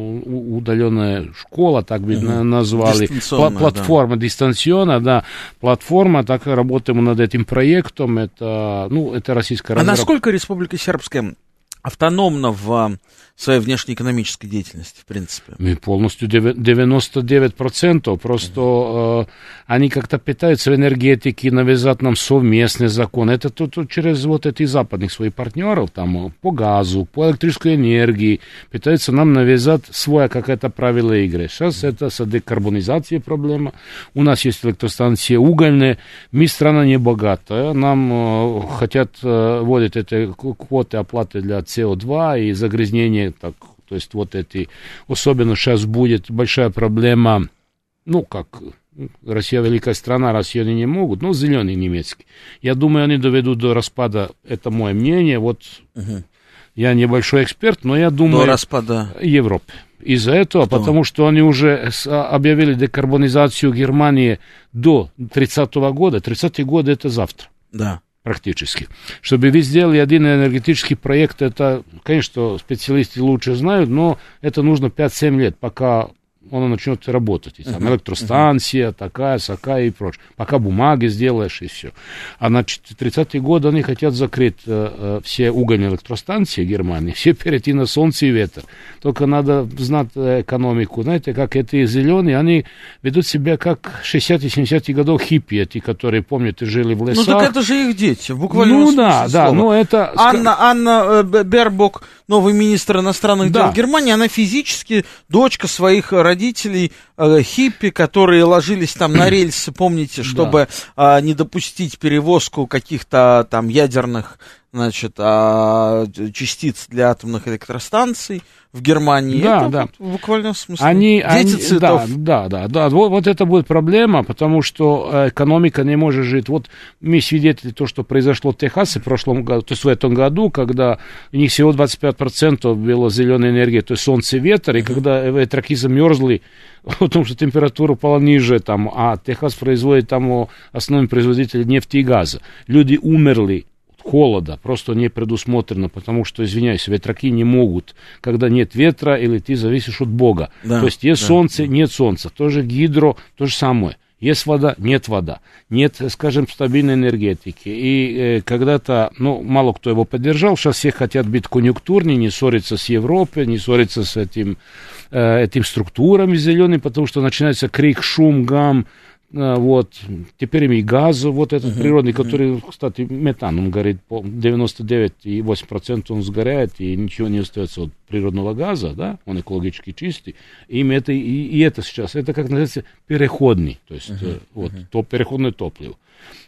удаленная школа, так бы угу. назвали. Пла- платформа, да. дистанционная, да, платформа, так работаем над этим проектом. Это, ну, это российская а разработка. А насколько Республика Сербская автономна в своей внешнеэкономической деятельности, в принципе? Полностью девяносто девять процентов. Просто mm-hmm. э, они как-то пытаются в энергетике навязать нам совместный закон. Это тут, тут через вот этих западных своих партнеров, там, по газу, по электрической энергии, пытаются нам навязать свое какое-то правило игры. Сейчас mm-hmm. это с декарбонизацией проблема. У нас есть электростанции угольные. Мы страна не богатая. Нам э, хотят э, вводить эти квоты оплаты для си о два и загрязнения. Так, то есть вот эти, особенно сейчас будет большая проблема, ну, как Россия великая страна, Россия они не могут, но зеленый немецкий. Я думаю, они доведут до распада, это мое мнение, вот угу. я небольшой эксперт, но я думаю... До распада Европы. Из-за этого, что? Потому что они уже объявили декарбонизацию Германии до тридцатого года, тридцатый год это завтра. Да. Практически. Чтобы вы сделали один энергетический проект, это, конечно, специалисты лучше знают, но это нужно пять-семь лет, пока он начнет работать. И там uh-huh. электростанция, uh-huh. такая, сякая и прочее. Пока бумаги сделаешь и все. А на тридцатый год они хотят закрыть э, э, все угольные электростанции Германии, все перейти на солнце и ветер. Только надо знать экономику. Знаете, как эти зеленые, они ведут себя как шестидесятых-семидесятых годов хиппи, эти, которые, помните, жили в лесах. Ну, так это же их дети, буквально. Ну, да, да, но это... Анна, Анна Бербок, новый министр иностранных да. дел Германии, она физически дочка своих родителей, родителей э, хиппи, которые ложились там на рельсы, помните, чтобы да. э, не допустить перевозку каких-то там ядерных, значит, э, частиц для атомных электростанций в Германии. Да, это да. Вот, в буквальном смысле. Они, Дети они, цветов. Да, да, да. да. Вот, вот это будет проблема, потому что экономика не может жить. Вот мы свидетели того, что произошло в Техасе в прошлом году, то есть в этом году, когда у них всего двадцать пять процентов было зеленой энергии, то есть солнце и ветер, и когда ветраки замерзли, потому что температура упала ниже, там, а Техас производит там основной производитель нефти и газа. Люди умерли. Холода, просто не предусмотрено, потому что, извиняюсь, ветраки не могут, когда нет ветра, или ты зависишь от Бога. Да, то есть есть да, солнце, да. нет солнца. Тоже гидро, то же самое. Есть вода, нет вода. Нет, скажем, стабильной энергетики. И э, когда-то, ну, мало кто его поддержал, сейчас все хотят быть конъюнктурнее, не ссориться с Европой, не ссориться с этим, э, этим структурами зелеными, потому что начинается крик, шум, гам. Вот, теперь и газ, вот этот uh-huh, природный, uh-huh. который, кстати, метан, он горит, девяносто девять и восемь десятых процента он сгорает, и ничего не остается от природного газа, да, он экологически чистый, и это, и, и это сейчас, это, как называется, переходный, то есть, uh-huh, вот, uh-huh. то переходное топливо.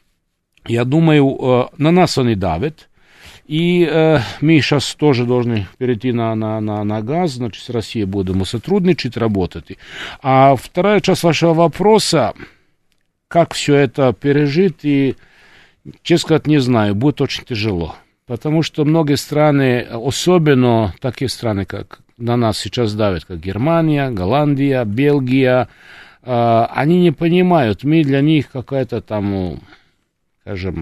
Я думаю, на нас они давят, и э, мы сейчас тоже должны перейти на, на, на, на газ, значит, с Россией будем сотрудничать, работать. А вторая часть вашего вопроса, как все это пережить, и, честно сказать, не знаю, будет очень тяжело. Потому что многие страны, особенно такие страны, как на нас сейчас давят, как Германия, Голландия, Бельгия, э, они не понимают, мы для них какая-то там, скажем,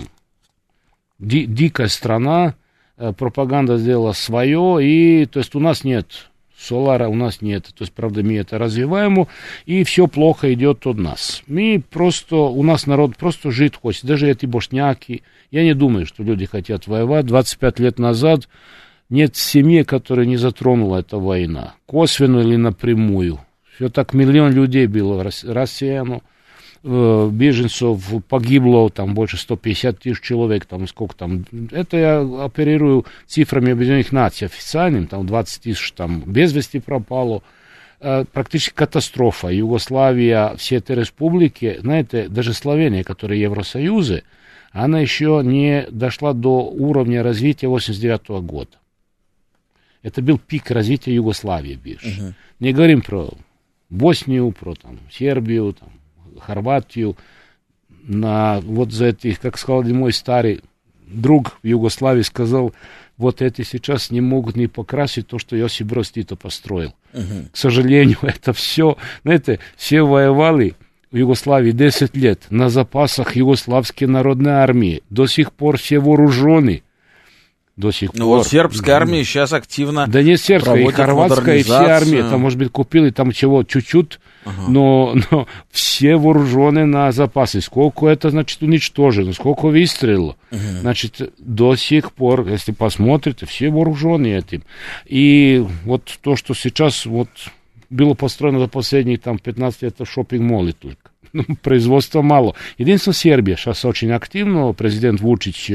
ди- дикая страна, э, пропаганда сделала свое, и, то есть, у нас нет солара, у нас нет, то есть, правда, мы это развиваем, и все плохо идет от нас. Мы просто, у нас народ просто жить хочет, даже эти бошняки, я не думаю, что люди хотят воевать. двадцать пять лет назад нет семьи, которая не затронула эта война, косвенно или напрямую. Все так, миллион людей было россиян. э, беженцев погибло, там больше сто пятьдесят тысяч человек, там сколько там, это я оперирую цифрами Объединенных Наций официальным, там двадцать тысяч там без вести пропало, э, практически катастрофа. Югославия, все эти республики, знаете, даже Словения, которая в Евросоюзе, она еще не дошла до уровня развития восемьдесят девятого года. Это был пик развития Югославии, бишь. Uh-huh. Не говорим про Боснию, про там, Сербию, там, Хорватию. На, вот за этих, как сказал мой старый друг в Югославии, сказал, вот эти сейчас не могут не покрасить то, что Йосип Брос Тито построил. Uh-huh. К сожалению, это все, знаете, все воевали в Югославии десять лет на запасах Югославской народной армии. До сих пор все вооружены. До сих ну, пор. Вот сербская армия сейчас активно. Да не сербская, и хорватская, и все армии. Там, может быть, купили там чего чуть-чуть, ага. но, но все вооружены на запасы. Сколько это, значит, уничтожено, сколько выстрелило. Ага. Значит, до сих пор, если посмотрите, все вооружены этим. И вот то, что сейчас вот было построено за последние там пятнадцать лет, это шоппинг-моллы только. Ну, производства мало. Единственное, Сербия сейчас очень активно. Президент Вучич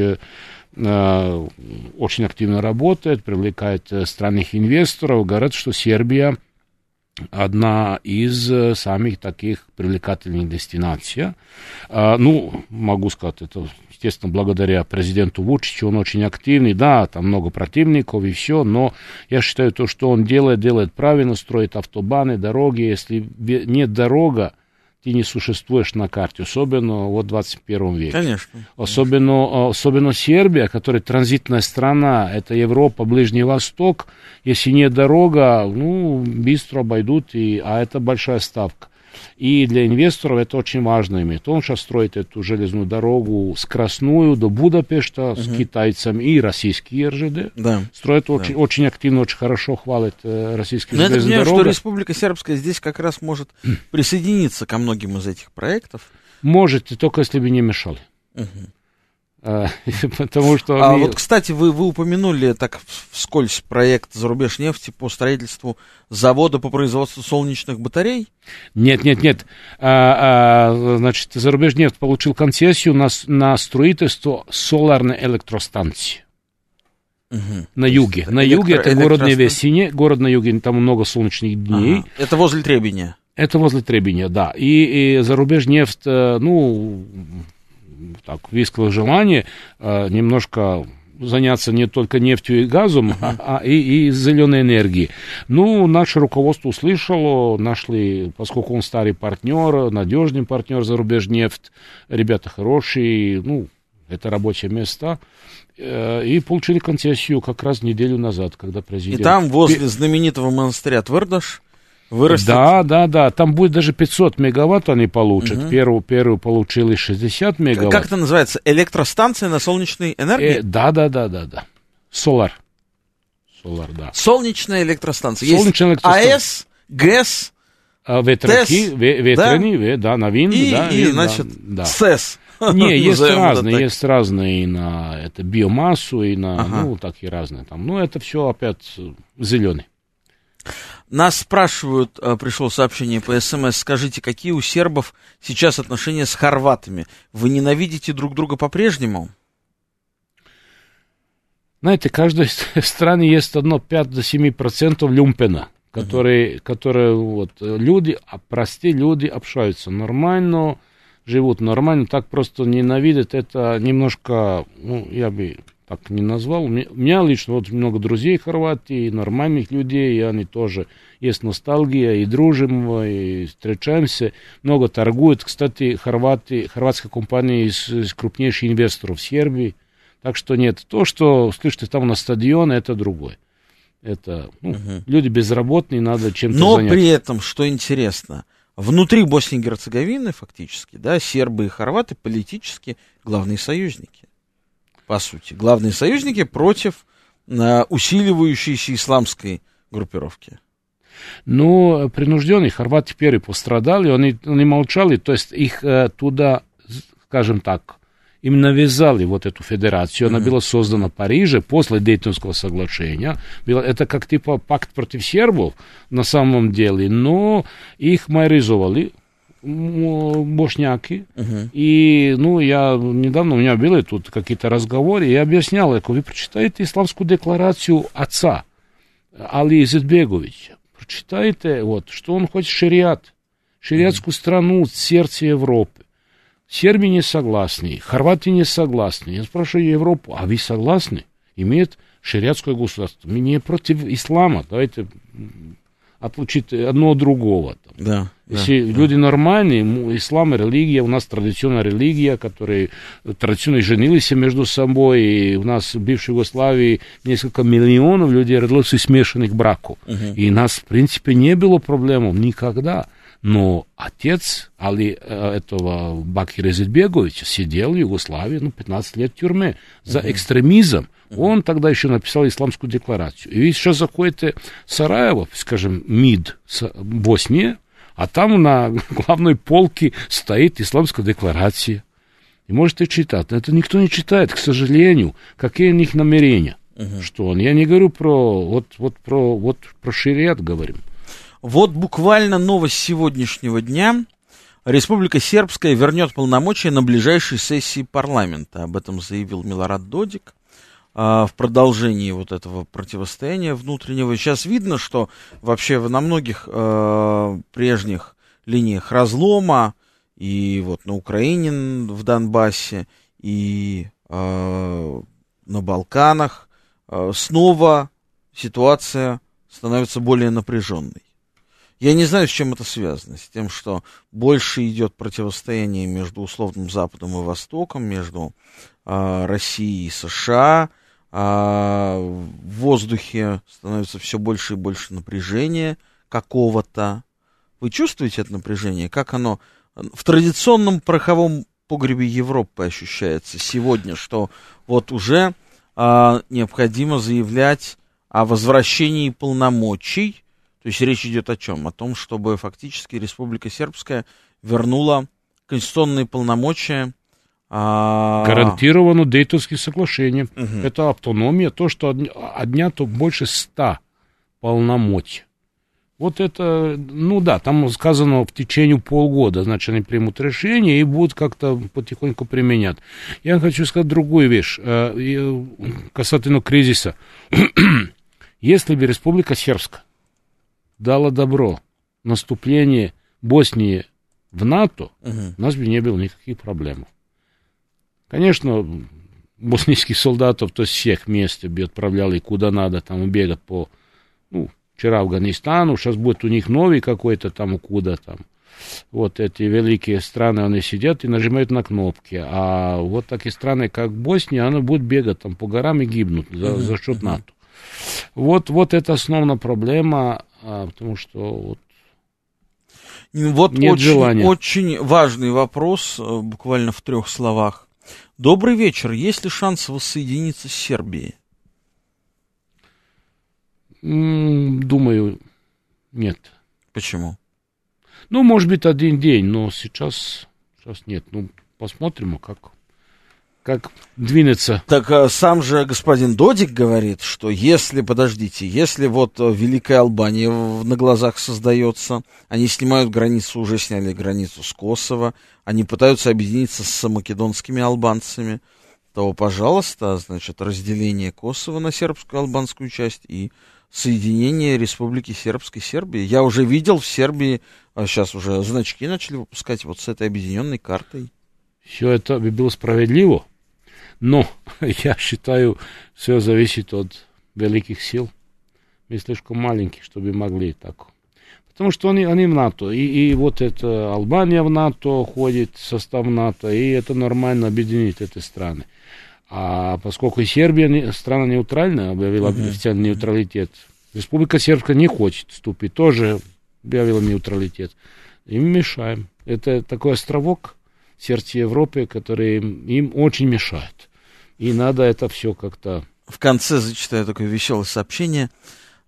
очень активно работает, привлекает странных инвесторов. Говорят, что Сербия одна из самых таких привлекательных дестинаций. Ну, могу сказать, это, естественно, благодаря президенту Вучичу, он очень активный, да, там много противников и все, но я считаю, то, что он делает, делает правильно, строит автобаны, дороги. Если нет дорога, ты не существуешь на карте, особенно вот в двадцать первом веке. Конечно. Особенно, особенно Сербия, которая транзитная страна, это Европа, Ближний Восток. Если нет дорога, ну, быстро обойдут, и, а это большая ставка. И для инвесторов это очень важно иметь. Он сейчас строит эту железную дорогу скоростную до Будапешта uh-huh. с китайцами и российские эр жэ дэ. Да. Строит да. Очень, очень активно, очень хорошо хвалит э, российские железные дороги. Но я понимаю, что Республика Сербская здесь как раз может присоединиться ко многим из этих проектов. Можете, только если бы не мешали. Uh-huh. А, потому что а они... вот, кстати, вы, вы упомянули так вскользь проект «Зарубежнефти» по строительству завода по производству солнечных батарей? Нет, нет, нет. А, а, значит, «Зарубежнефть» получил концессию на, на строительство соларной электростанции. Угу. На юге. На электро, юге, это город Невесине, город на юге, там много солнечных дней. Ага. Это возле Требения? Это возле Требения, да. И, и «Зарубежнефть», ну... так, высказал желание э, немножко заняться не только нефтью и газом, uh-huh. а, а и, и зеленой энергией. Ну, наше руководство услышало, нашли, поскольку он старый партнер, надежный партнер «Зарубежнефть», ребята хорошие, ну, это рабочие места, э, и получили концессию как раз неделю назад, когда президент... И там возле знаменитого монастыря Твердош вырастет... Да, да, да, там будет даже пятьсот мегаватт они получат. Угу. Первую, первую получили шестьдесят мегаватт. Как это называется? Электростанция на солнечной энергии? Э, да, да, да, да, да. Солар. Солар, да. Солнечная электростанция. Солнечная Есть электростанция. АЭС, ГЭС, а, ветряки, ТЭС, ве, ветряные, да? Да, на винд, и, да. И, и, значит, да, СЭС. Не, есть разные, есть разные и на это, биомассу, и на, ага. ну, так и разные там. Ну, это все опять зеленый. Нас спрашивают, пришло сообщение по СМС, скажите, какие у сербов сейчас отношения с хорватами? Вы ненавидите друг друга по-прежнему? Знаете, в каждой стране есть одно пять до семи процентов люмпена, которые, uh-huh. которые вот, люди, простые люди общаются нормально, живут нормально, так просто ненавидят, это немножко, ну, я бы... так не назвал. У меня лично вот много друзей в Хорватии, нормальных людей, и они тоже есть ностальгия, и дружим, и встречаемся, много торгуют. Кстати, хорваты, хорватская компания из, из крупнейших инвесторов в Сербии. Так что нет, то, что слышите там на стадионе, это другое. Это ну, угу. люди безработные, надо чем-то Но заняться. При этом, что интересно, внутри Боснии и Герцеговины фактически, да, сербы и хорваты политически главные союзники. По сути, главные союзники против э, усиливающейся исламской группировки. Ну, принужденные хорваты теперь пострадали, они, они молчали, то есть их э, туда, скажем так, им навязали вот эту федерацию, она mm-hmm. была создана в Париже после Дейтонского соглашения, это как типа пакт против сербов на самом деле, но их майоризовали бошняки. Угу. И, ну, я недавно, у меня были тут какие-то разговоры, я объяснял, я говорю, вы прочитаете исламскую декларацию отца Али Изетбеговича, прочитайте, вот, что он хочет шариат, шариатскую страну, сердце Европы. Сербии не согласны, хорваты не согласны. Я спрашиваю Европу, а вы согласны? Имеет шариатское государство. Мы не против ислама, давайте отлучить одно от другого. Там. Да, Если да, люди да. нормальные, ислам, религия, у нас традиционная религия, которые традиционно женились между собой, и у нас в бывшей Югославии несколько миллионов людей родилось из смешанных браков. Угу. И у нас, в принципе, не было проблем никогда. Но отец Али этого Бакира Изетбеговича сидел в Югославии, ну, пятнадцать лет в тюрьме за uh-huh. экстремизм. Uh-huh. Он тогда еще написал исламскую декларацию. И вы сейчас заходите в Сараево, скажем, МИД Боснии, а там на главной полке стоит исламская декларация. И можете читать. Это никто не читает, к сожалению. Какие у них намерения? Uh-huh. Что он? Я не говорю про, вот, вот, про, вот, про шариат говорим. Вот буквально новость сегодняшнего дня. Республика Сербская вернет полномочия на ближайшей сессии парламента. Об этом заявил Милорад Додик а, в продолжении вот этого противостояния внутреннего. Сейчас видно, что вообще на многих а, прежних линиях разлома, и вот на Украине, в Донбассе, и а, на Балканах а, снова ситуация становится более напряженной. Я не знаю, с чем это связано. С тем, что больше идет противостояние между условным Западом и Востоком, между а, Россией и США. А, в воздухе становится все больше и больше напряжения какого-то. Вы чувствуете это напряжение? Как оно в традиционном пороховом погребе Европы ощущается сегодня, что вот уже а, необходимо заявлять о возвращении полномочий? То есть речь идет о чем? О том, чтобы фактически Республика Сербская вернула конституционные полномочия. А... Гарантировано Дейтонским соглашением. Угу. Это автономия, то, что отнято больше ста полномочий. Вот это, ну да, там сказано в течение полгода, значит, они примут решение и будут как-то потихоньку применять. Я хочу сказать другую вещь касательно кризиса. Если бы Республика Сербская дала добро наступление Боснии в НАТО, uh-huh. у нас бы не было никаких проблем. Конечно, боснийских солдатов, то есть всех вместе бы отправляли куда надо, там бегать по, ну, вчера Афганистану, сейчас будет у них новый какой-то там, куда там. Вот эти великие страны, они сидят и нажимают на кнопки, а вот такие страны, как Босния, они будут бегать там по горам и гибнут за, uh-huh. за счет НАТО. Вот, вот это основная проблема, а, потому что вот, вот нет очень, желания. Очень важный вопрос, буквально в трех словах. Добрый вечер. Есть ли шанс воссоединиться с Сербией? Думаю, нет. Почему? Ну, может быть, один день, но сейчас, сейчас нет. Ну, посмотрим, как... как двинется. Так а, сам же господин Додик говорит, что если, подождите, если вот Великая Албания на глазах создается, они снимают границу, уже сняли границу с Косово, они пытаются объединиться с македонскими албанцами, то, пожалуйста, значит, разделение Косово на сербскую и албанскую часть и соединение Республики Сербской Сербии. Я уже видел в Сербии, а сейчас уже значки начали выпускать вот с этой объединенной картой. Все это бы было справедливо, но я считаю, все зависит от великих сил. Мы слишком маленькие, чтобы могли так. Потому что они, они в НАТО, и, и вот это Албания в НАТО ходит, состав НАТО, и это нормально объединить эти страны. А поскольку и Сербия страна нейтральная, объявила uh-huh. официальный нейтралитет, Республика Сербская не хочет вступить, тоже объявила нейтралитет. И мы мешаем. Это такой островок в сердце Европы, который им очень мешает. И надо это все как-то... В конце зачитаю такое веселое сообщение.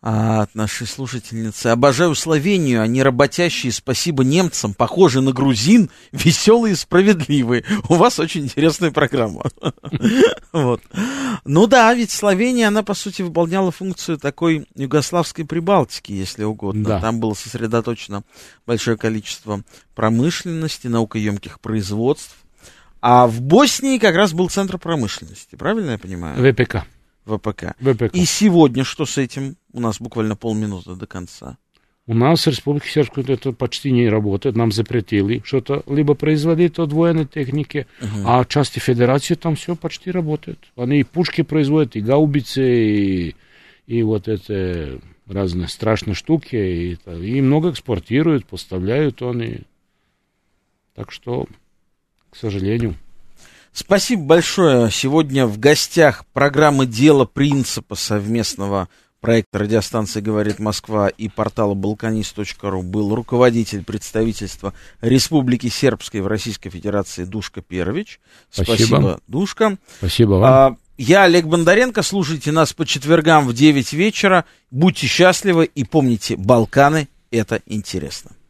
а, от нашей слушательницы. Обожаю Словению, они работящие, спасибо немцам, похожи на грузин, веселые и справедливые. У вас очень интересная программа. Вот. Ну да, ведь Словения, она, по сути, выполняла функцию такой югославской Прибалтики, если угодно. Да. Там было сосредоточено большое количество промышленности, наукоемких производств. А в Боснии как раз был центр промышленности, правильно я понимаю? ВПК. ВПК. ВПК. И сегодня что с этим? У нас буквально полминуты до конца. У нас в Республике Сербской это почти не работает. Нам запретили что-то либо производить от военной техники, uh-huh. а части федерации там все почти работает. Они и пушки производят, и гаубицы, и, и вот это разные страшные штуки. И, и много экспортируют, поставляют они. Так что, к сожалению... Спасибо большое. Сегодня в гостях программы «Дело принципа» совместного проекта радиостанции «Говорит Москва» и портала балканист точка ру был руководитель представительства Республики Сербской в Российской Федерации Душка Перович. Спасибо, Спасибо Душка. Спасибо вам. А, я Олег Бондаренко. Слушайте нас по четвергам в девять вечера. Будьте счастливы и помните, Балканы — это интересно.